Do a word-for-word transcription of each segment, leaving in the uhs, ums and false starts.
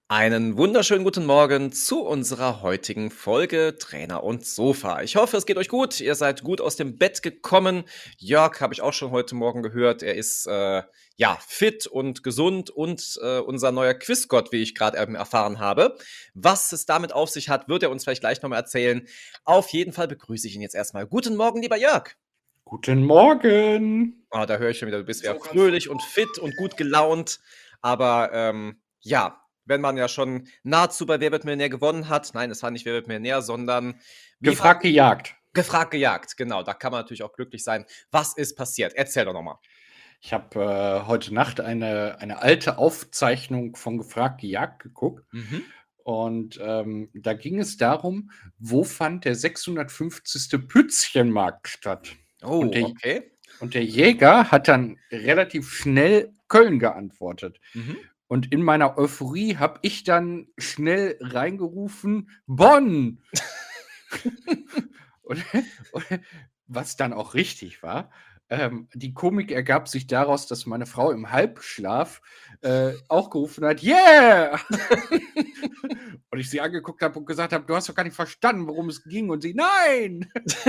Einen wunderschönen guten Morgen zu unserer heutigen Folge Trainer und Sofa. Ich hoffe, es geht euch gut. Ihr seid gut aus dem Bett gekommen. Jörg habe ich auch schon heute Morgen gehört. Er ist äh, ja fit und gesund und äh, unser neuer Quizgott, wie ich gerade eben erfahren habe. Was es damit auf sich hat, wird er uns vielleicht gleich nochmal erzählen. Auf jeden Fall begrüße ich ihn jetzt erstmal. Guten Morgen, lieber Jörg. Guten Morgen. Ah, da höre ich schon wieder, du bist wieder fröhlich und fit und gut gelaunt. Aber ähm, ja, wenn man ja schon nahezu bei Wer wird Millionär gewonnen hat, nein, es war nicht Wer wird Millionär, sondern wie Gefragt, gejagt. gefragt, gejagt. Genau, da kann man natürlich auch glücklich sein. Was ist passiert? Erzähl doch nochmal. Ich habe äh, heute Nacht eine, eine alte Aufzeichnung von Gefragt, gejagt geguckt. Mhm. Und ähm, da ging es darum, wo fand der sechshundertfünfzigste Pützchenmarkt statt? Oh, Und der, okay. und der Jäger hat dann relativ schnell Köln geantwortet. Mhm. Und in meiner Euphorie habe ich dann schnell reingerufen, Bonn! und, und, was dann auch richtig war. Ähm, die Komik ergab sich daraus, dass meine Frau im Halbschlaf äh, auch gerufen hat, yeah! Und ich sie angeguckt habe und gesagt habe, du hast doch gar nicht verstanden, worum es ging. Und sie, nein!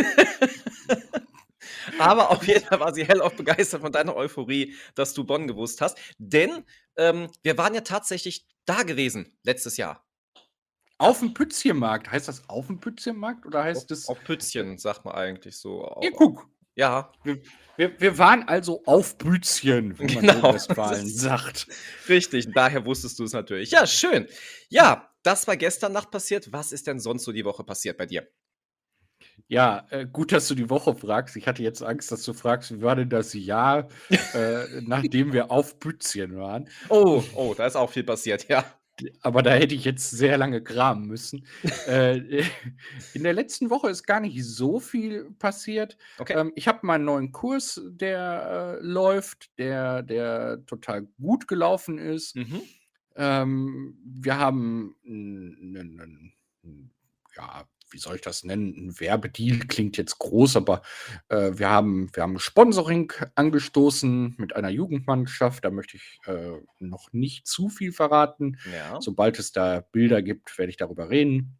Aber auf jeden Fall war sie hellauf begeistert von deiner Euphorie, dass du Bonn gewusst hast. Denn ähm, wir waren ja tatsächlich da gewesen letztes Jahr. Auf dem Pützchenmarkt. Heißt das auf dem Pützchenmarkt oder Auf, heißt es. auf Pützchen, sagt man eigentlich so. Ja, guck. Ja, Wir, wir, wir waren also auf Bützchen, wie man so in genau. Westfalen Das ist sagt. richtig, daher wusstest du es natürlich. Ja, schön. Ja, das war gestern Nacht passiert. Was ist denn sonst so die Woche passiert bei dir? Ja, äh, gut, dass du die Woche fragst. Ich hatte jetzt Angst, dass du fragst, wie war denn das Jahr, äh, nachdem wir auf Bützchen waren. Oh, oh, da ist auch viel passiert, ja. Aber da hätte ich jetzt sehr lange graben müssen. äh, in der letzten Woche ist gar nicht so viel passiert. Okay. Ähm, ich habe meinen neuen Kurs, der äh, läuft, der, der total gut gelaufen ist. Mhm. Ähm, wir haben einen, ja, wie soll ich das nennen? Ein Werbedeal klingt jetzt groß, aber äh, wir haben, wir haben Sponsoring angestoßen mit einer Jugendmannschaft. Da möchte ich äh, noch nicht zu viel verraten. Ja. Sobald es da Bilder gibt, werde ich darüber reden.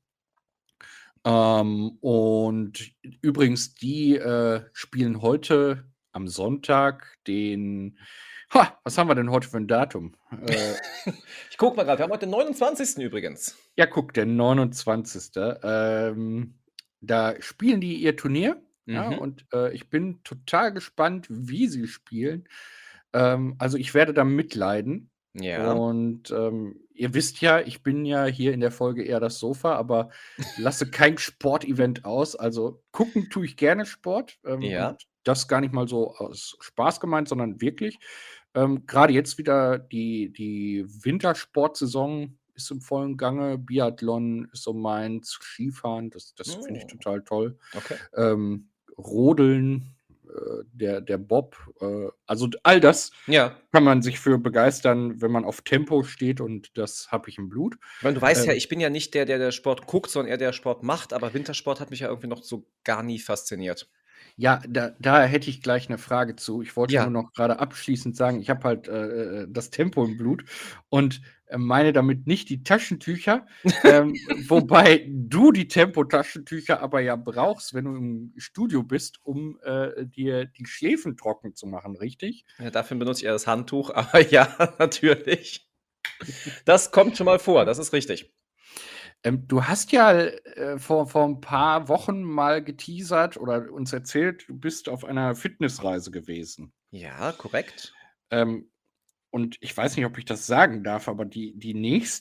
Ähm, und übrigens, die äh, spielen heute am Sonntag den. Ha, was haben wir denn heute für ein Datum? Äh, Ich guck mal gerade, wir haben heute den neunundzwanzigsten übrigens. ja, guck, der neunundzwanzigste Ähm, da spielen die ihr Turnier. Ja, Mhm. und äh, ich bin total gespannt, wie sie spielen. Ähm, also ich werde da mitleiden. Ja. Und ähm, ihr wisst ja, ich bin ja hier in der Folge eher das Sofa, aber lasse kein Sportevent aus. Also gucken tue ich gerne Sport. Ähm, Ja. und das gar nicht mal so aus Spaß gemeint, sondern wirklich. Ähm, Gerade jetzt wieder die, die Wintersportsaison ist im vollen Gange. Biathlon ist so meins, Skifahren, das, das finde ich Hm, total toll. okay. Ähm, Rodeln, äh, der, der Bob, äh, also all das Ja. kann man sich für begeistern, wenn man auf Tempo steht, und das habe ich im Blut. Ich meine, du weißt ja, Ähm, ich bin ja nicht der, der der Sport guckt, sondern eher der Sport macht, aber Wintersport hat mich ja irgendwie noch so gar nie fasziniert. ja, da, da hätte ich gleich eine Frage zu. Ich wollte Ja. nur noch gerade abschließend sagen, ich habe halt äh, äh, das Tempo im Blut und äh, meine damit nicht die Taschentücher, ähm, wobei du die Tempotaschentücher aber ja brauchst, wenn du im Studio bist, um äh, dir die Schläfen trocken zu machen, richtig? Ja, dafür benutze ich eher das Handtuch, aber ja, natürlich. Das kommt schon mal vor, das ist richtig. Ähm, du hast ja äh, vor, vor ein paar Wochen mal geteasert oder uns erzählt, du bist auf einer Fitnessreise gewesen. Ja, korrekt. Ähm, und ich weiß nicht, ob ich das sagen darf, aber die, die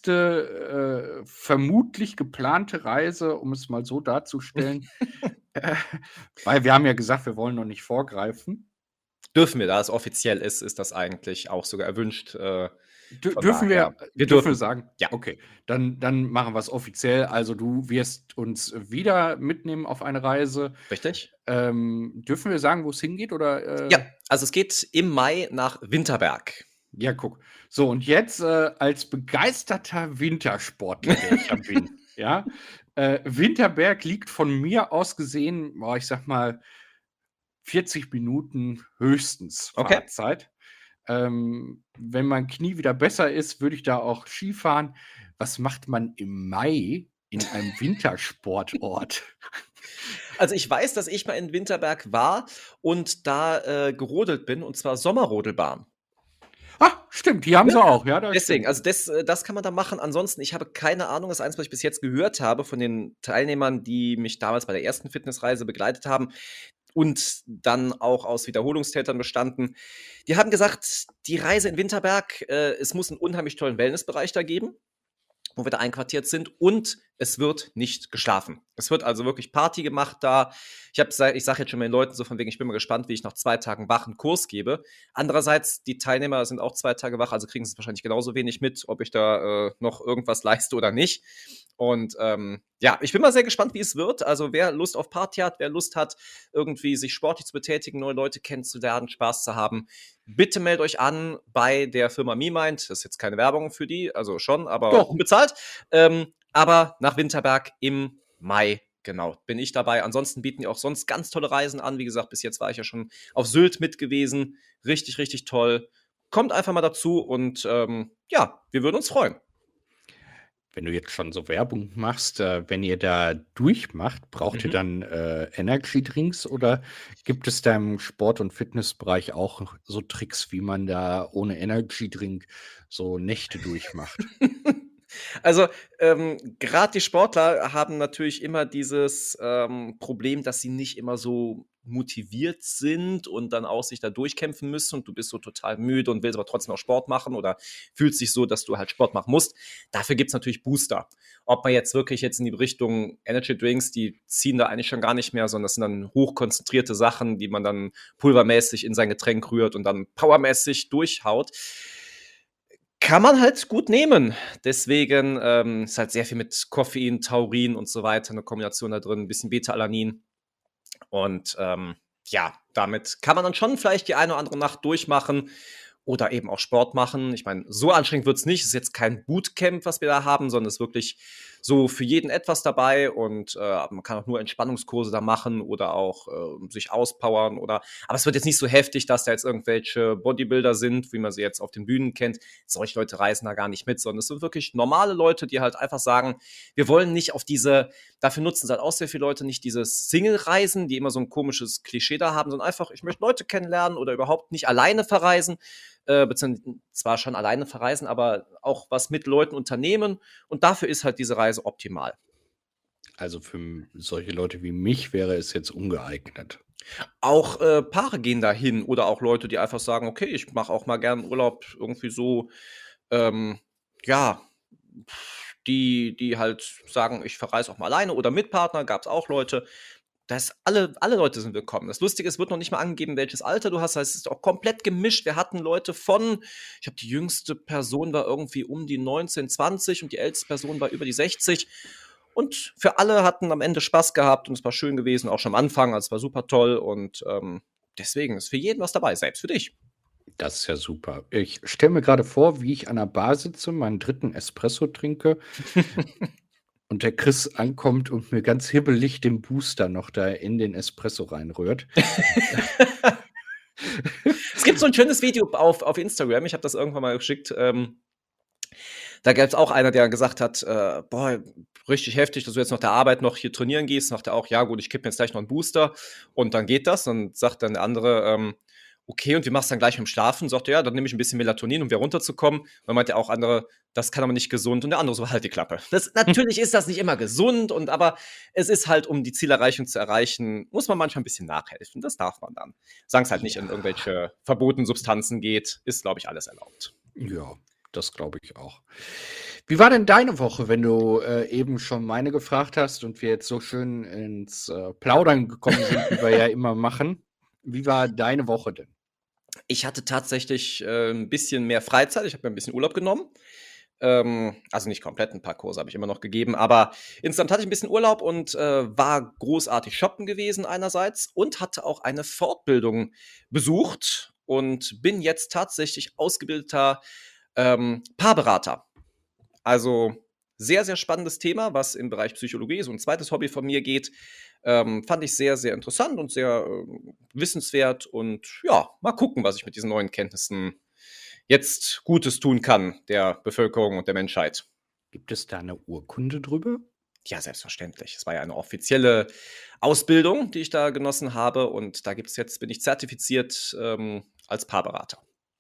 nächste äh, vermutlich geplante Reise, um es mal so darzustellen, äh, weil wir haben ja gesagt, wir wollen noch nicht vorgreifen. Dürfen wir, da es offiziell ist, ist das eigentlich auch sogar erwünscht. Äh, Dür von dürfen daher, wir, wir dürfen wir dürfen. sagen? Ja, Okay, dann, dann machen wir es offiziell. Also du wirst uns wieder mitnehmen auf eine Reise. richtig? Ähm, dürfen wir sagen, wo es hingeht? Oder Ja, äh, also es geht im Mai nach Winterberg. ja, guck. So, und jetzt äh, als begeisterter Wintersportler, der ich ja bin, ja, äh, Winterberg liegt von mir aus gesehen, boah, ich sag mal, vierzig Minuten höchstens Okay. Fahrzeit. Ähm, wenn mein Knie wieder besser ist, würde ich da auch Skifahren. was macht man im Mai in einem Wintersportort? Also, ich weiß, dass ich mal in Winterberg war und da, äh, gerodelt bin, und zwar Sommerrodelbahn. Ah, stimmt, die haben Ja, sie auch, ja, das deswegen, stimmt. also das äh, das kann man da machen. Ansonsten, ich habe keine Ahnung, das Einzige, was ich bis jetzt gehört habe von den Teilnehmern, die mich damals bei der ersten Fitnessreise begleitet haben und dann auch aus Wiederholungstätern bestanden. Die haben gesagt, die Reise in Winterberg, äh, es muss einen unheimlich tollen Wellnessbereich da geben, wo wir da einquartiert sind, und es wird nicht geschlafen. Es wird also wirklich Party gemacht da. Ich habe ich sage jetzt schon meinen Leuten so von wegen, ich bin mal gespannt, wie ich nach zwei Tagen wach einen Kurs gebe. Andererseits, die Teilnehmer sind auch zwei Tage wach, also kriegen sie wahrscheinlich genauso wenig mit, ob ich da äh, noch irgendwas leiste oder nicht. Und ähm, ja, ich bin mal sehr gespannt, wie es wird. Also wer Lust auf Party hat, wer Lust hat, irgendwie sich sportlich zu betätigen, neue Leute kennenzulernen, Spaß zu haben, bitte meldet euch an bei der Firma MeMind. Das ist jetzt keine Werbung für die, also schon, aber Doch. unbezahlt. Ähm, aber nach Winterberg im Mai, genau, bin ich dabei. Ansonsten bieten die auch sonst ganz tolle Reisen an. Wie gesagt, bis jetzt war ich ja schon auf Sylt mit gewesen. Richtig, richtig toll. Kommt einfach mal dazu und ähm, ja, wir würden uns freuen. Wenn du jetzt schon so Werbung machst, äh, wenn ihr da durchmacht, braucht ihr Mhm. dann äh, Energy-Drinks oder gibt es da im Sport- und Fitnessbereich auch so Tricks, wie man da ohne Energy-Drink so Nächte durchmacht? Also, ähm, grad die Sportler haben natürlich immer dieses, ähm, Problem, dass sie nicht immer so motiviert sind und dann auch sich da durchkämpfen müssen und du bist so total müde und willst aber trotzdem auch Sport machen oder fühlst dich so, dass du halt Sport machen musst. Dafür gibt's natürlich Booster. Ob man jetzt wirklich jetzt in die Richtung Energy Drinks, die ziehen da eigentlich schon gar nicht mehr, sondern das sind dann hochkonzentrierte Sachen, die man dann pulvermäßig in sein Getränk rührt und dann powermäßig durchhaut. Kann man halt gut nehmen. Deswegen ähm, ist halt sehr viel mit Koffein, Taurin und so weiter, eine Kombination da drin, ein bisschen Beta-Alanin. Und ähm, ja, damit kann man dann schon vielleicht die eine oder andere Nacht durchmachen oder eben auch Sport machen. Ich meine, so anstrengend wird's nicht. Es ist jetzt kein Bootcamp, was wir da haben, sondern es ist wirklich so für jeden etwas dabei und äh, man kann auch nur Entspannungskurse da machen oder auch äh, sich auspowern oder, aber es wird jetzt nicht so heftig, dass da jetzt irgendwelche Bodybuilder sind, wie man sie jetzt auf den Bühnen kennt. Solche Leute reisen da gar nicht mit, sondern es sind wirklich normale Leute, die halt einfach sagen, wir wollen nicht auf diese, dafür nutzen es halt auch sehr viele Leute, nicht dieses Single-Reisen, die immer so ein komisches Klischee da haben, sondern einfach, ich möchte Leute kennenlernen oder überhaupt nicht alleine verreisen, äh, beziehungsweise zwar schon alleine verreisen, aber auch was mit Leuten unternehmen. Und dafür ist halt diese Reise optimal. Also für m- solche Leute wie mich wäre es jetzt ungeeignet. Auch äh, Paare gehen dahin oder auch Leute, die einfach sagen, okay, ich mache auch mal gern Urlaub irgendwie so, ähm, ja, die, die halt sagen, ich verreise auch mal alleine oder mit Partner, gab es auch Leute. Das alle, alle Leute sind willkommen. Das Lustige ist, es wird noch nicht mal angegeben, welches Alter du hast. Das heißt, es ist auch komplett gemischt. Wir hatten Leute von, ich glaube, die jüngste Person war irgendwie um die neunzehn, zwanzig und die älteste Person war über die sechzig. Und für alle hatten am Ende Spaß gehabt und es war schön gewesen, auch schon am Anfang. Also es war super toll und ähm, deswegen ist für jeden was dabei, selbst für dich. Das ist ja super. Ich stelle mir gerade vor, wie ich an der Bar sitze, meinen dritten Espresso trinke und der Chris ankommt und mir ganz hibbelig den Booster noch da in den Espresso reinrührt. Es gibt so ein schönes Video auf, auf Instagram, ich habe das irgendwann mal geschickt. Ähm, da gab es auch einer, der gesagt hat, äh, boah, richtig heftig, dass du jetzt nach der Arbeit noch hier trainieren gehst. Sagt er auch, ja gut, ich kippe mir jetzt gleich noch einen Booster und dann geht das. Dann sagt dann der andere, ähm, okay, und wie machst du dann gleich mit dem Schlafen? Sagt er, ja, dann nehme ich ein bisschen Melatonin, um wieder runterzukommen. Und dann meint der auch andere, das kann aber nicht gesund. Und der andere so, halt die Klappe. Das, natürlich ist das nicht immer gesund, und aber es ist halt, um die Zielerreichung zu erreichen, muss man manchmal ein bisschen nachhelfen. Das darf man dann. Solange es halt nicht in Ja. irgendwelche verbotenen Substanzen geht, ist, glaube ich, alles erlaubt. Ja, das glaube ich auch. Wie war denn deine Woche, wenn du äh, eben schon meine gefragt hast und wir jetzt so schön ins äh, Plaudern gekommen sind, wie wir ja immer machen? Wie war deine Woche denn? Ich hatte tatsächlich äh, ein bisschen mehr Freizeit. Ich habe mir ein bisschen Urlaub genommen. Ähm, also nicht komplett, ein paar Kurse habe ich immer noch gegeben, aber insgesamt hatte ich ein bisschen Urlaub und äh, war großartig shoppen gewesen einerseits und hatte auch eine Fortbildung besucht und bin jetzt tatsächlich ausgebildeter ähm, Paarberater. Also sehr, sehr spannendes Thema, was im Bereich Psychologie, so ein zweites Hobby von mir geht. Ähm, fand ich sehr, sehr interessant und sehr äh, wissenswert. Und ja, mal gucken, was ich mit diesen neuen Kenntnissen jetzt Gutes tun kann, der Bevölkerung und der Menschheit. Gibt es da eine Urkunde drüber? Ja, selbstverständlich. Es war ja eine offizielle Ausbildung, die ich da genossen habe und da gibt's jetzt bin ich zertifiziert, ähm, als Paarberater.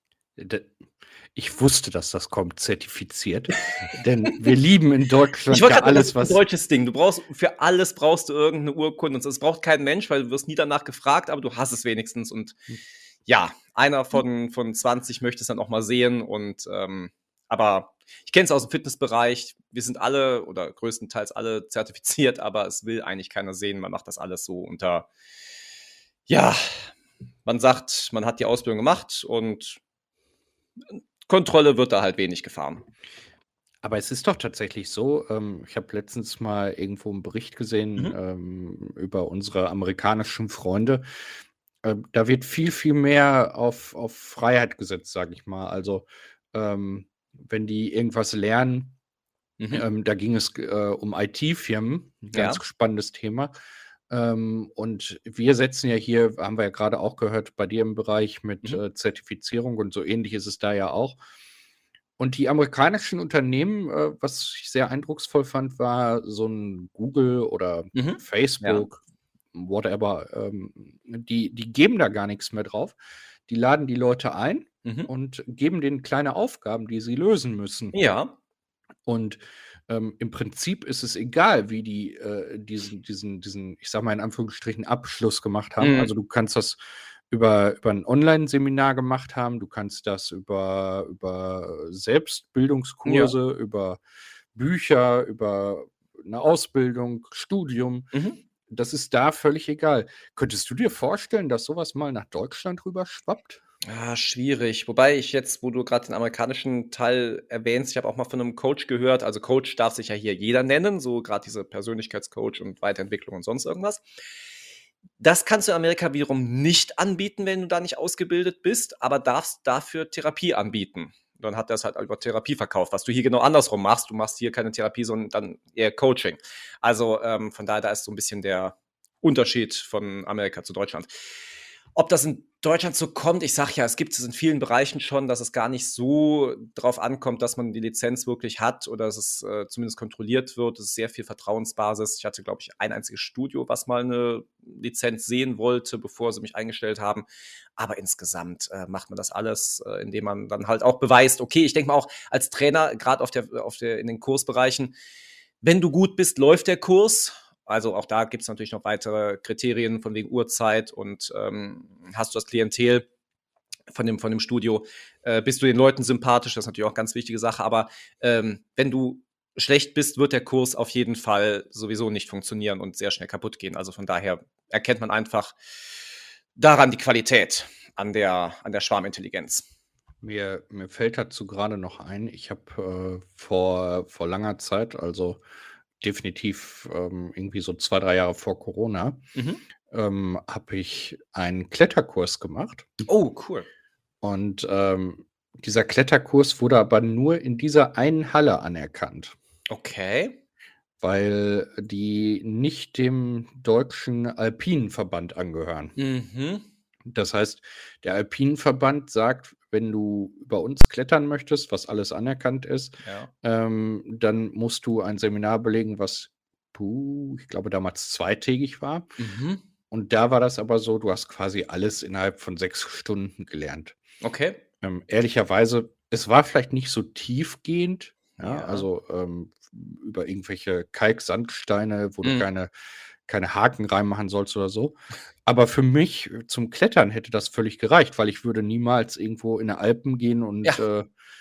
D Ich wusste, dass das kommt, zertifiziert, denn wir lieben in Ich Deutschland wollte ja grad sagen, das alles, ist 'n was deutsches Ding. Du brauchst für alles brauchst du irgend 'ne Urkunde und so. Es braucht kein Mensch, weil du wirst nie danach gefragt, aber du hast es wenigstens und Hm. ja, einer Hm. von von zwanzig möchte es dann auch mal sehen und, ähm aber ich kenne es aus'm Fitnessbereich. Wir sind alle oder größtenteils alle zertifiziert, aber es will eigentlich keiner sehen. Man macht das alles so unter ja, man sagt, man hat die Ausbildung gemacht und Kontrolle wird da halt wenig gefahren. Aber es ist doch tatsächlich so, ähm, ich habe letztens mal irgendwo 'n Bericht gesehen, Mhm. ähm, über unsere amerikanischen Freunde. Ähm, da wird viel, viel mehr auf auf Freiheit gesetzt, sage ich mal. Also, ähm, wenn die irgendwas lernen, Mhm. ähm, da ging es g äh, um I T-Firmen, 'n ganz Ja. spannendes Thema. Ähm, und wir setzen ja hier haben wir ja grade auch gehört, bei dir im Bereich mit, Mhm. äh, Zertifizierung und so ähnlich ist es da ja auch. Und die amerikanischen Unternehmen, äh, was ich sehr eindrucksvoll fand, war so 'n Google oder Mhm. Ja. Facebook, whatever, ähm, die die geben da gar nix mehr drauf. Die laden die Leute ein Mhm. und geben denen kleine Aufgaben, die sie lösen müssen. Ja. Und, ähm, im Prinzip ist es egal, wie die, äh, diesen diesen diesen, ich sage mal in Anführungsstrichen, Abschluss gemacht haben. Mhm. Also, du kannst das über über 'n Onlineseminar gemacht haben, du kannst das über über Ja. Selbstbildungskurse, über Bücher, über 'ne Ausbildung, Studium. Mhm. Das ist da völlig egal. Könntest du dir vorstellen, dass so was mal nach Deutschland rüberschwappt? Ah, schwierig. Wobei ich jetzt, wo du grad den amerikanischen Teil erwähnst ich habe auch mal von 'nem Coach gehört also, Coach darf sich ja hier jeder nennen, so grad diese Persönlichkeitscoach und Weiterentwicklung und sonst irgendwas. Das kannst du in Amerika wiederum nicht anbieten, wenn du da nicht ausgebildet bist, aber darfst dafür Therapie anbieten. Dann hat er's halt über Therapie verkauft, was du hier genau andersrum machst. Du machst hier keine Therapie, sondern dann eher Coaching. Also, ähm, von daher, da ist so 'n bisschen der Unterschied von Amerika zu Deutschland. Ob das in Deutschland so kommt ich sage ja, es gibt es in vielen Bereichen schon, dass es gar nicht so drauf ankommt, dass man die Lizenz wirklich hat oder dass es, äh, zumindest kontrolliert wird. Das ist sehr viel Vertrauensbasis. Ich hatte, glaube ich, ein einziges Studio, was mal 'ne Lizenz sehen wollte, bevor sie mich eingestellt haben. Aber insgesamt, äh, macht man das alles, äh, indem man dann halt auch beweist okay, ich denke mal auch als Trainer, grad auf der auf der in den Kursbereichen, wenn du gut bist, läuft der Kurs. Also, auch da gibt's natürlich noch weitere Kriterien von wegen Uhrzeit und, ähm, hast du das Klientel von dem von dem Studio? Äh, bist du den Leuten sympathisch? Das ist natürlich auch ganz wichtige Sache, aber, ähm, wenn du schlecht bist, wird der Kurs auf jeden Fall sowieso nicht funktionieren und sehr schnell kaputtgehen. Also, von daher erkennt man einfach daran die Qualität an der an der Schwarmintelligenz. Mir mir fällt dazu grade noch ein, ich habe, äh, vor vor langer Zeit, also, definitiv, ähm, irgendwie so zwei, drei Jahre vor Corona, Mhm. ähm, habe ich einen Kletterkurs gemacht. Oh, cool. Und, ähm, dieser Kletterkurs wurde aber nur in dieser einen Halle anerkannt. Okay. Weil die nicht dem Deutschen Alpinen-Verband angehören. Mhm. Das heißt, der Alpinen-Verband sagt: „Wenn du bei uns klettern möchtest, was alles anerkannt ist, Ja. ähm, dann musst du ein Seminar belegen“, was, puh, ich glaube, damals zweitägig war. Mhm. Und da war das aber so, du hast quasi alles innerhalb von sechs Stunden gelernt. Okay. Ähm, ehrlicherweise, es war vielleicht nicht so tiefgehend, ja, Ja. also, ähm, über irgendwelche Kalksandsteine, wo du Mhm. keine keine Haken reinmachen sollst oder so. Aber für mich zum Klettern hätte das völlig gereicht, weil ich würde niemals irgendwo in den Alpen gehen und, Ja. äh,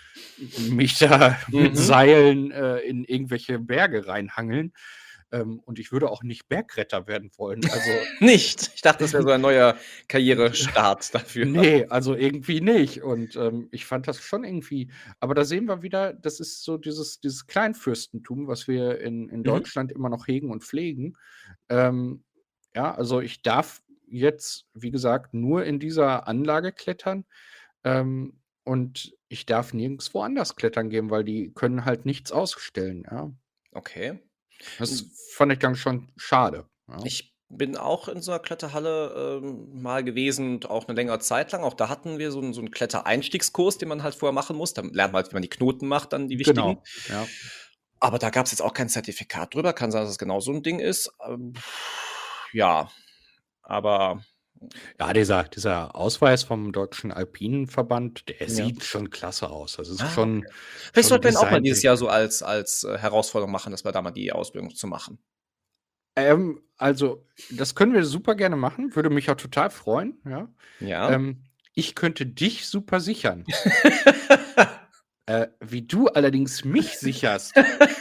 m mich da mit Mhm. Seilen, äh, in irgendwelche Berge reinhangeln. Ähm, und ich würde auch nicht Bergretter werden wollen. Also Nicht? Ich dachte, das wäre so ein neuer Karrierestart dafür. Ne, also, irgendwie nicht. Und, ähm, ich fand das schon irgendwie aber da sehen wir wieder, das ist so dieses dieses Kleinfürstentum, was wir in in Mhm. Deutschland immer noch hegen und pflegen. Ähm, ja, also, ich darf jetzt, wie gesagt, nur in dieser Anlage klettern, ähm, und ich darf nirgendswo anders klettern gehen, weil die können halt nichts ausstellen, ja. Okay. Das Hm. fand ich dann schon schade, ja. Ich bin auch in so 'ner Kletterhalle, ähm, mal gewesen und auch 'ne längere Zeit lang. Auch da hatten wir so 'n so 'n Klettereinstiegskurs, den man halt vorher machen muss. Dann lernt man halt, wie man die Knoten macht, dann die wichtigen. Genau, ja. Aber da gab's jetzt auch kein Zertifikat drüber. Kann sein, dass es genau so 'n Ding ist. Ähm, ja, aber Ja, dieser dieser Ausweis vom Deutschen Alpinen Verband, der Ja. sieht schon klasse aus. Das ist Ah, okay. schon Vielleicht schon sollten wir ihn auch mal dieses Jahr designtechnisch. so als als, äh, Herausforderung machen, dass wir da mal die Ausbildung zu machen. Ähm, also, das können wir super gerne machen, würde mich auch total freuen, ja. Ja. Ähm, ich könnte dich super sichern. Äh, wie du allerdings mich sicherst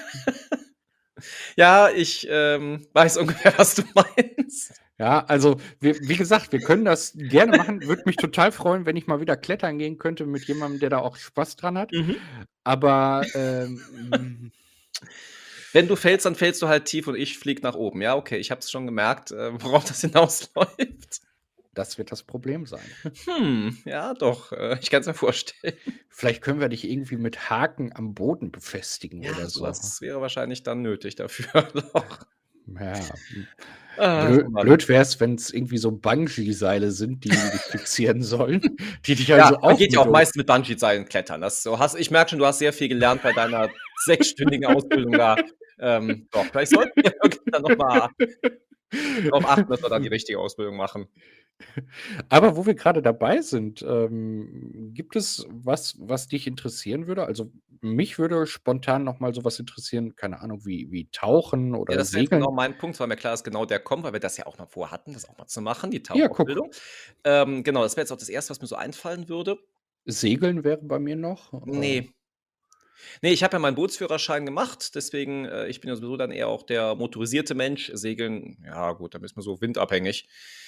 Ja, ich, ähm, weiß ungefähr, was du meinst. Ja, also, wir wie gesagt, wir können das gerne machen. Würde mich total freuen, wenn ich mal wieder klettern gehen könnte mit jemandem, der da auch Spaß dran hat. Mhm. Aber, ähm, hm Wenn du fällst, dann fällst du halt tief und ich fliege nach oben. Ja, okay, ich habe es schon gemerkt, äh, worauf das hinausläuft. Das wird das Problem sein. Hm, ja doch, äh, ich kann's mir vorstellen. Vielleicht können wir dich irgendwie mit Haken am Boden befestigen Ja, oder so so. was wäre wahrscheinlich dann nötig dafür doch. Ja, hm. Ach, Blö Mann. blöd wär's, wenn's irgendwie so Bungee-Seile sind, die dich fixieren sollen, die dich Ja, also man auch geht ja mit auch hoch meist mit Bungee-Seilen klettern. Das so hast ich merke schon, du hast sehr viel gelernt bei deiner sechsstündigen Ausbildung da. Ähm, doch, vielleicht sollten wir wirklich dann noch mal drauf achten, dass wir da die richtige Ausbildung machen. Aber wo wir grade dabei sind, ähm, gibt es was, was dich interessieren würde? Also, mich würde spontan noch mal so was interessieren, keine Ahnung, wie wie Tauchen Ja, oder das wäre jetzt genau Segeln. mein Punkt. Es war mir klar, dass genau der kommt, weil wir das ja auch mal vorhatten, das auch mal zu machen, die Ja, guck. Tauchausbildung. Ähm, genau, das wäre jetzt auch das Erste, was mir so einfallen würde. Segeln wäre bei mir noch, äh Ne. Ne, ich habe ja meinen Bootsführerschein gemacht, deswegen äh, ich bin ja sowieso dann eher auch der motorisierte Mensch. Segeln, ja gut, dann ist man so windabhängig.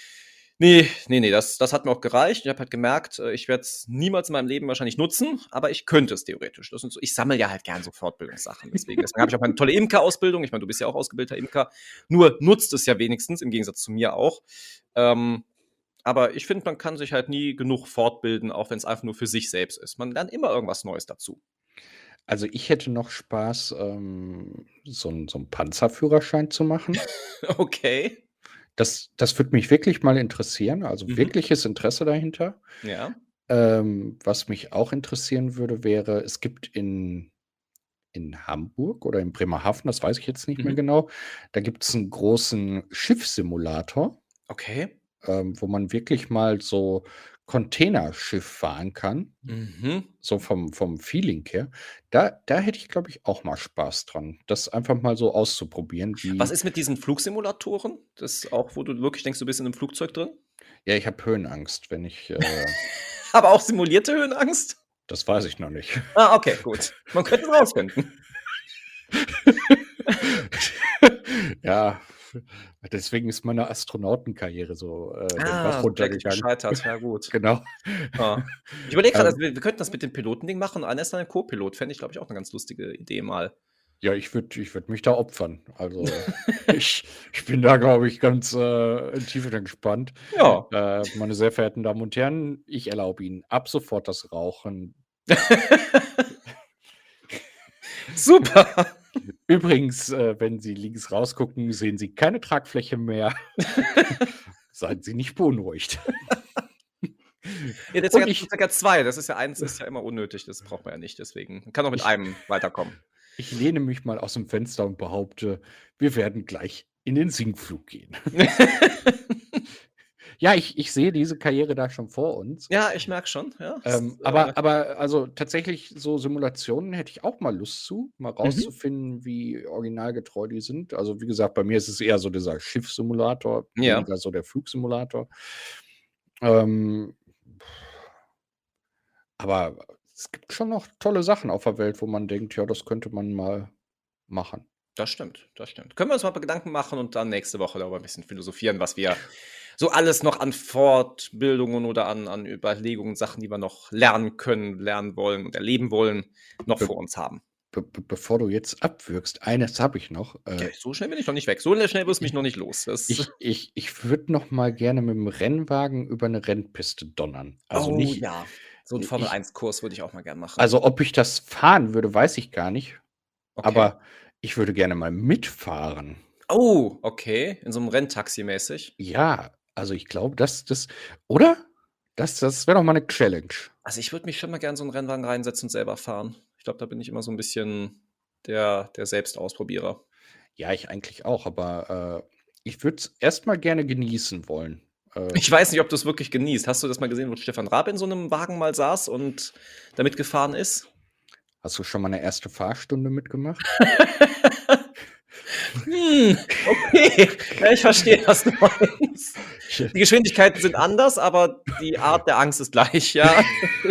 Ne, ne, ne, das das hat mir auch gereicht. Ich habe halt gemerkt, äh, ich werde es niemals in meinem Leben wahrscheinlich nutzen, aber ich könnte es theoretisch. Das sind so ich sammle ja halt gern so Fortbildungssachen, deswegen. Deswegen habe ich auch meine tolle Imkerausbildung. Ich meine, du bist ja auch ausgebildeter Imker, nur nutzt es ja wenigstens im Gegensatz zu mir auch. Ähm, aber ich finde, man kann sich halt nie genug fortbilden, auch wenn's einfach nur für sich selbst ist. Man lernt immer irgendwas Neues dazu. Also, ich hätte noch Spaß, ähm, so 'n so 'n Panzerführerschein zu machen. Okay. Das das würde mich wirklich mal interessieren, also, Mhm. wirkliches Interesse dahinter. Ja. Ähm, was mich auch interessieren würde, wäre, es gibt in in Hamburg oder in Bremerhaven, das weiß ich jetzt nicht mehr Mhm. genau, da gibt's 'n großen Schiffssimulator Okay. ähm, wo man wirklich mal so Containerschiff fahren kann, Mhm. so vom vom Feeling her. Da da hätte ich, glaube ich, auch mal Spaß dran, das einfach mal so auszuprobieren, Was wie ist mit diesen Flugsimulatoren? Das auch, wo du wirklich denkst, du bist in 'nem Flugzeug drin? Ja, ich habe Höhenangst, wenn ich, äh Aber auch simulierte Höhenangst? Das weiß ich noch nicht. Ah, okay, gut. Man könnte es rausfinden. Ja, deswegen ist meine Astronautenkarriere so, äh, den Bach Ah, kläglich runtergegangen. gescheitert, ja gut. Genau. Ah. Ich überlege grad, also, Ähm wir wir könnten das mit dem Pilotending machen. Einer ist dann Co-Pilot. Fände ich, glaube ich, auch 'ne ganz lustige Idee mal. Ja, ich würde ich würde mich da opfern. Also, ich ich bin da, glaube ich, ganz, äh, tiefenentspannt. Ja. Äh, meine sehr verehrten Damen und Herren, ich erlaube Ihnen ab sofort das Rauchen. Super. Übrigens, äh, wenn Sie links rausgucken, sehen Sie keine Tragfläche mehr. Seien Sie nicht beunruhigt. Ja, der Und Zwerg hat ich Flugzeug hat zwei. Das ist ja eins ist ja immer unnötig. Das braucht man ja nicht, deswegen. Man kann auch mit Ich einem weiterkommen. ich lehne mich mal aus'm Fenster und behaupte, wir werden gleich in den Sinkflug gehen. Ja, ich ich sehe diese Karriere da schon vor uns. Ja, ich merke schon, ja. Ähm, Es, äh aber aber also, tatsächlich so Simulationen hätte ich auch mal Lust zu, mal Mhm. rauszufinden, wie originalgetreu die sind. Also, wie gesagt, bei mir ist es eher so dieser Schiffssimulator, Ja. weniger so der Flugsimulator. Ähm aber es gibt schon noch tolle Sachen auf der Welt, wo man denkt: „Ja, das könnte man mal machen.“ Das stimmt, das stimmt. Können wir uns mal 'n paar Gedanken machen und dann nächste Woche darüber 'n bisschen philosophieren, was wir so alles noch an Fortbildungen oder an an Überlegungen, Sachen, die wir noch lernen können, lernen wollen und erleben wollen, noch Be vor uns haben. be be bevor du jetzt abwürgst, eines habe ich noch, Ja, äh so schnell bin ich noch nicht weg. So le schnell wirst du mich i noch nicht los. Das ich ich ich würde noch mal gerne mit'm Rennwagen über 'ne Rennpiste donnern. Also, Oh nicht ja, so 'n i Formel ich eins Kurs würde ich auch mal gern machen. Also, ob ich das fahren würde, weiß ich gar nicht, Okay. aber ich würde gerne mal mitfahren. Oh, okay, in so 'nem Renntaxi mäßig? Ja, also, ich glaube, das das oder? Das das wäre doch mal 'ne Challenge. Also, ich würde mich schon mal gern in so 'n Rennwagen reinsetzen und selber fahren. Ich glaube, da bin ich immer so 'n bisschen der, der Selbstausprobierer. Ja, ich eigentlich auch, aber äh, ich würde es erstmal gerne genießen wollen. Äh, Ich weiß nicht, ob du es wirklich genießt. Hast du das mal gesehen, wo Stefan Raab in so einem Wagen mal saß und damit gefahren ist? Hast du schon mal eine erste Fahrstunde mitgemacht? Hm, okay. Ja, ich verstehe, was du meinst. Die Geschwindigkeiten sind anders, aber die Art der Angst ist gleich, ja.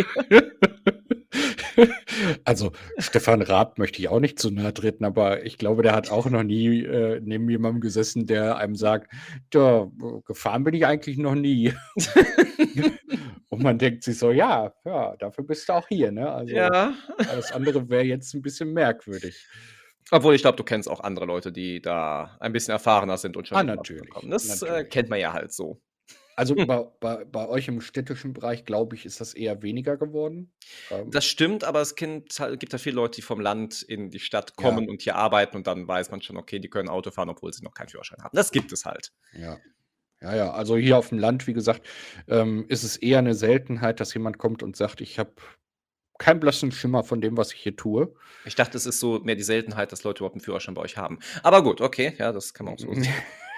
Also, Stefan Raab möchte ich auch nicht zu nahe treten, aber ich glaube, der hat auch noch nie äh, neben jemandem gesessen, der einem sagt, ja, gefahren bin ich eigentlich noch nie. Und man denkt sich so, ja, ja, dafür bist du auch hier, ne? Also, Ja. alles andere wäre jetzt ein bisschen merkwürdig. Obwohl, ich glaube, du kennst auch andere Leute, die da ein bisschen erfahrener sind und schon Ah, in die Bahn natürlich, kommen. Das äh, natürlich. kennt man ja halt so. Also, Hm. bei bei bei euch im städtischen Bereich, glaube ich, ist das eher weniger geworden. Ähm, Das stimmt, aber es kennt halt gibt ja viele Leute, die vom Land in die Stadt Ja. kommen und hier arbeiten und dann weiß man schon, okay, die können Auto fahren, obwohl sie noch keinen Führerschein haben. Das gibt es halt. Ja. Ja, ja, also hier auf dem Land, wie gesagt, ähm, ist es eher eine Seltenheit, dass jemand kommt und sagt: „Ich habe keinen blassen Schimmer von dem, was ich hier tue.“ Ich dachte, es ist so mehr die Seltenheit, dass Leute überhaupt 'n Führerschein bei euch haben. Aber gut, okay, ja, das kann man auch so sehen.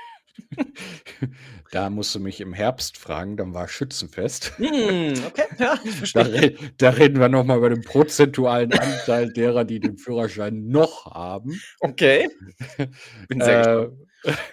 Da musst du mich im Herbst fragen, dann war Schützenfest. Hm, okay, ja, ich Da verstehe. re da reden wir noch mal über den prozentualen Anteil derer, die den Führerschein noch haben. Okay. Bin sehr Äh, gespannt.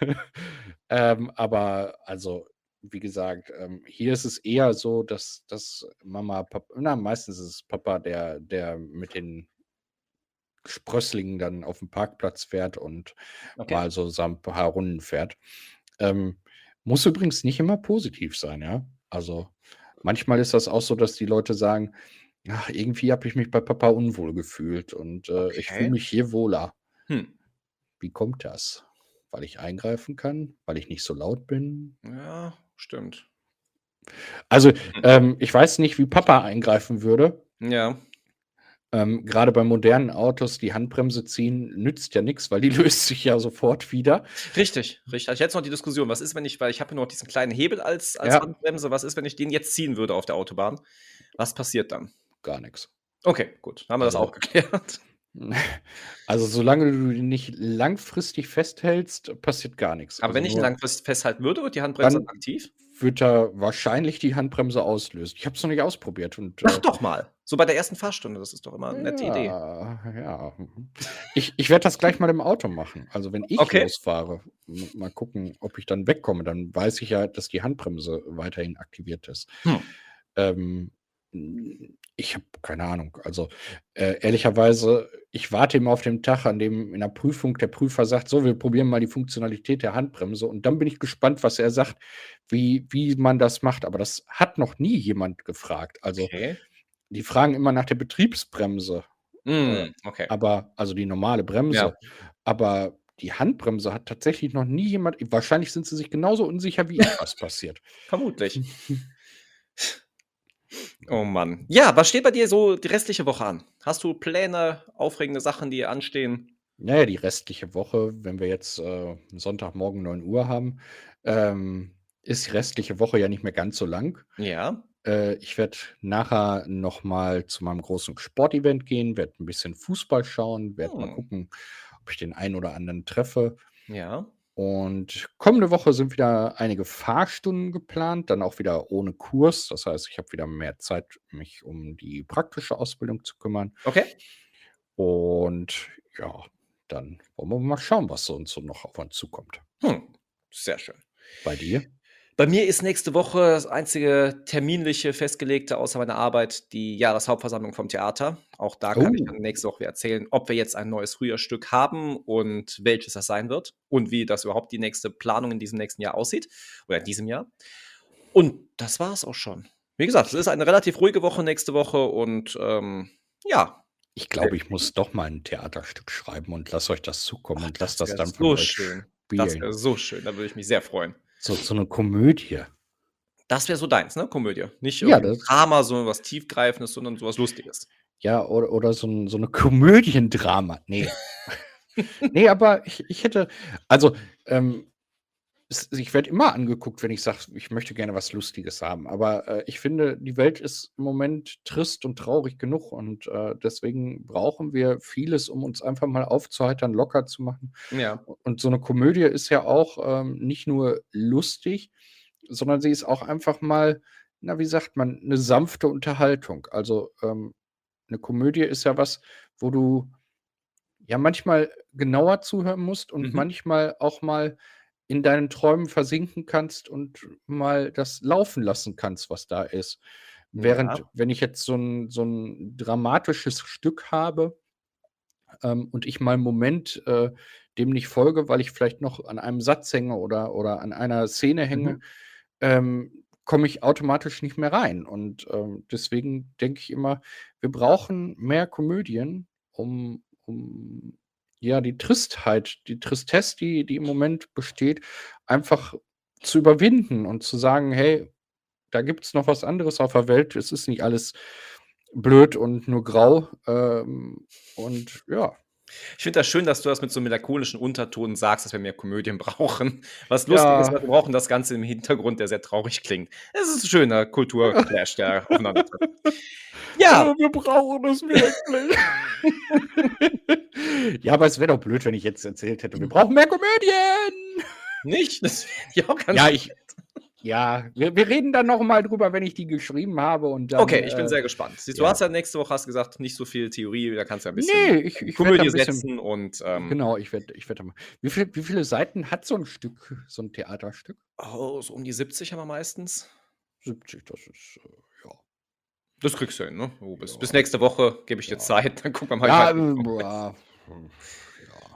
ähm, aber also, wie gesagt, ähm, hier ist es eher so, dass dass Mama, Pap na, meistens ist es Papa, der der mit den Sprösslingen dann auf 'n Parkplatz fährt und Okay. mal so so 'n paar Runden fährt. Ähm, muss übrigens nicht immer positiv sein, ja? Also, manchmal ist das auch so, dass die Leute sagen: „Ach, irgendwie habe ich mich bei Papa unwohl gefühlt und, äh, ich fühle Okay. mich hier wohler.“ Hm. Wie kommt das? Weil ich eingreifen kann? Weil ich nicht so laut bin? Ja, stimmt. Also, Hm. ähm, ich weiß nicht, wie Papa eingreifen würde. Ja. Ähm, grade bei modernen Autos die Handbremse ziehen nützt ja nix, weil die löst sich ja sofort wieder. Richtig, richtig. Jetzt noch die Diskussion. Was ist, wenn ich weil ich habe ja noch diesen kleinen Hebel als als Ja. Handbremse. Was ist, wenn ich den jetzt ziehen würde auf der Autobahn? Was passiert dann? Gar nix. Okay, gut, haben wir das Also auch geklärt. also, solange du ihn nicht langfristig festhältst, passiert gar nix. Aber Also, wenn ich ihn nur langfristig festhalten würde, wird die Handbremse dann dann aktiv? wird er wahrscheinlich die Handbremse auslösen. Ich habe es noch nicht ausprobiert und, Mach äh doch mal. So bei der ersten Fahrstunde, das ist doch immer 'ne nette Idee. Ja, ja. Mhm. Ich ich werde das gleich mal im Auto machen. Also, wenn ich Okay. losfahre, m mal gucken, ob ich dann wegkomme, dann weiß ich ja, dass die Handbremse weiterhin aktiviert ist. Hm. Ähm, hm, ich habe keine Ahnung. Also, äh, ehrlicherweise, ich warte immer auf den Tag, an dem in der Prüfung der Prüfer sagt: „So, wir probieren mal die Funktionalität der Handbremse.“ Und dann bin ich gespannt, was er sagt, wie wie man das macht. Aber das hat noch nie jemand gefragt. Also, Okay. die fragen immer nach der Betriebsbremse, äh, Hm, okay. aber also die normale Ja. Bremse. Aber die Handbremse hat tatsächlich noch nie jemand wahrscheinlich sind sie sich genauso unsicher wie ich, was passiert. Vermutlich. Oh Mann. Ja, was steht bei dir so die restliche Woche an? Hast du Pläne, aufregende Sachen, die anstehen? Na ja, die restliche Woche, wenn wir jetzt, äh, Sonntagmorgen neun Uhr haben, ähm, ist die restliche Woche ja nicht mehr ganz so lang. Ja. Äh, ich werde nachher noch mal zu meinem großen Sportevent gehen, werde 'n bisschen Fußball schauen, werde mal Hm. gucken, ob ich den einen oder anderen treffe. Ja. Und kommende Woche sind wieder einige Fahrstunden geplant, dann auch wieder ohne Kurs. Das heißt, ich habe wieder mehr Zeit, mich um die praktische Ausbildung zu kümmern. Okay. Und ja, dann wollen wir mal schauen, was so uns so noch auf uns zukommt. Hm, sehr schön. Bei dir? Bei mir ist nächste Woche das einzige terminliche festgelegte außer meiner Arbeit die Jahreshauptversammlung vom Theater. Auch da kann ich Oh. dann nächste Woche erzählen, ob wir jetzt ein neues Frühjahrsstück haben und welches das sein wird und wie das überhaupt die nächste Planung in diesem nächsten Jahr aussieht oder in diesem Jahr. Und das war's auch schon. Wie gesagt, es ist eine relativ ruhige Woche nächste Woche und, ähm, ja. Ich glaube, ich muss doch mal 'n Theaterstück schreiben und lasse euch das zukommen Ach, und lasse das das wäre dann von so euch schön. Das wäre spielen. so schön, da würde ich mich sehr freuen. So so 'ne Komödie. Das wäre so deins, ne, Komödie? Nicht Ja, irgend 'n das Drama, sondern was Tiefgreifendes, sondern so was Lustiges. Ja, oder oder so 'n so 'ne Komödiendrama. Ne. Ne, aber ich ich hätte also, ähm, es ich werde immer angeguckt, wenn ich sage, ich möchte gerne was Lustiges haben. Aber, äh, ich finde, die Welt ist im Moment trist und traurig genug und, äh, deswegen brauchen wir vieles, um uns einfach mal aufzuheitern, locker zu machen. Ja. U und so 'ne Komödie ist ja auch, ähm, nicht nur lustig, sondern sie ist auch einfach mal, na, wie sagt man, 'ne sanfte Unterhaltung. Also, ähm, 'ne Komödie ist ja was, wo du, ja, manchmal genauer zuhören musst und Mhm. manchmal auch mal in deinen Träumen versinken kannst und mal das laufen lassen kannst, was da ist. Während Ja. wenn ich jetzt so 'n so 'n dramatisches Stück habe, ähm, und ich mal 'n Moment, äh, dem nicht folge, weil ich vielleicht noch an einem Satz hänge oder oder an einer Szene hänge, Mhm. ähm, komme ich automatisch nicht mehr rein. Und, ähm, deswegen denke ich immer, wir brauchen mehr Komödien, um um, ja, die Tristheit, die Tristesse, die die im Moment besteht, einfach zu überwinden und zu sagen: „Hey, da gibt's noch was anderes auf der Welt. Es ist nicht alles blöd und nur grau.“ Ähm, und ja. Ich finde das schön, dass du das mit so melancholischen Unterton sagst, dass wir mehr Komödien brauchen. Was lustig ist, Ja. weil wir brauchen das Ganze im Hintergrund, der sehr traurig klingt. Es ist 'n schöner Kulturclash, der aufeinander trifft. Ja. Ja, wir brauchen es wirklich. Ja, aber es wäre doch blöd, wenn ich jetzt erzählt hätte: „Wir brauchen mehr Komödien!“ Nicht? Das fände ich auch ganz Ja, nett. ich ja, wir wir reden dann noch mal drüber, wenn ich die geschrieben habe und dann, Okay, ich bin äh, sehr gespannt. Siehst du, du ja. hast ja nächste Woche hast gesagt, nicht so viel Theorie, da kannst du ja 'n bisschen, Ne, ich ähm, ich werde da Komödie 'n bisschen setzen und, ähm genau, ich werde ich werde da mal wie viel wie viele Seiten hat so 'n Stück so 'n Theaterstück? Oh, so um die siebzig haben wir meistens. siebzig, das ist, äh, ja. Das kriegst du hin, ne? Du bis bis Ja. nächste Woche gebe ich dir Ja. Zeit, dann gucken wir mal, wie Ja, weit du äh, gekommen bist. boah, ja.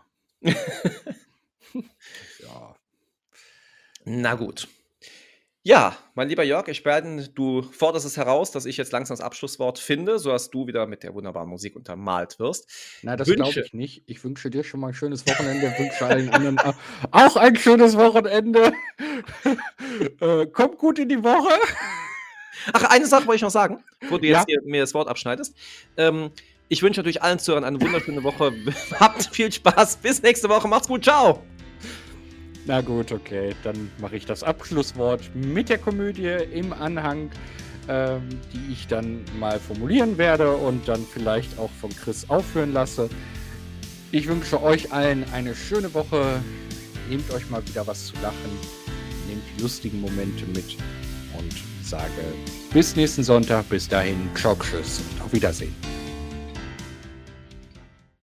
Ja. Na Ja. gut. Ja, mein lieber Jörg, ich beein du forderst es heraus, dass ich jetzt langsam das Abschlusswort finde, sodass du wieder mit der wunderbaren Musik untermalt wirst. Na, das glaube Wünsche ich nicht. Ich wünsche dir schon mal 'n schönes Wochenende, wünsche allen anderen a auch ein schönes Wochenende. Äh, kommt gut in die Woche. Ach, eine Sache wollte ich noch sagen, bevor du jetzt Ja. hier mir das Wort abschneidest. Ähm, ich wünsche natürlich allen Zuhörern eine wunderschöne Woche. Habt viel Spaß. Bis nächste Woche. Macht's gut. Tschau. Na gut, okay, dann mache ich das Abschlusswort mit der Komödie im Anhang, ähm, die ich dann mal formulieren werde und dann vielleicht auch von Chris aufführen lasse. Ich wünsche euch allen eine schöne Woche. Nehmt euch mal wieder was zu lachen. Nehmt die lustigen Momente mit und sage bis nächsten Sonntag. Bis dahin, tschau, tschüss und auf Wiedersehen.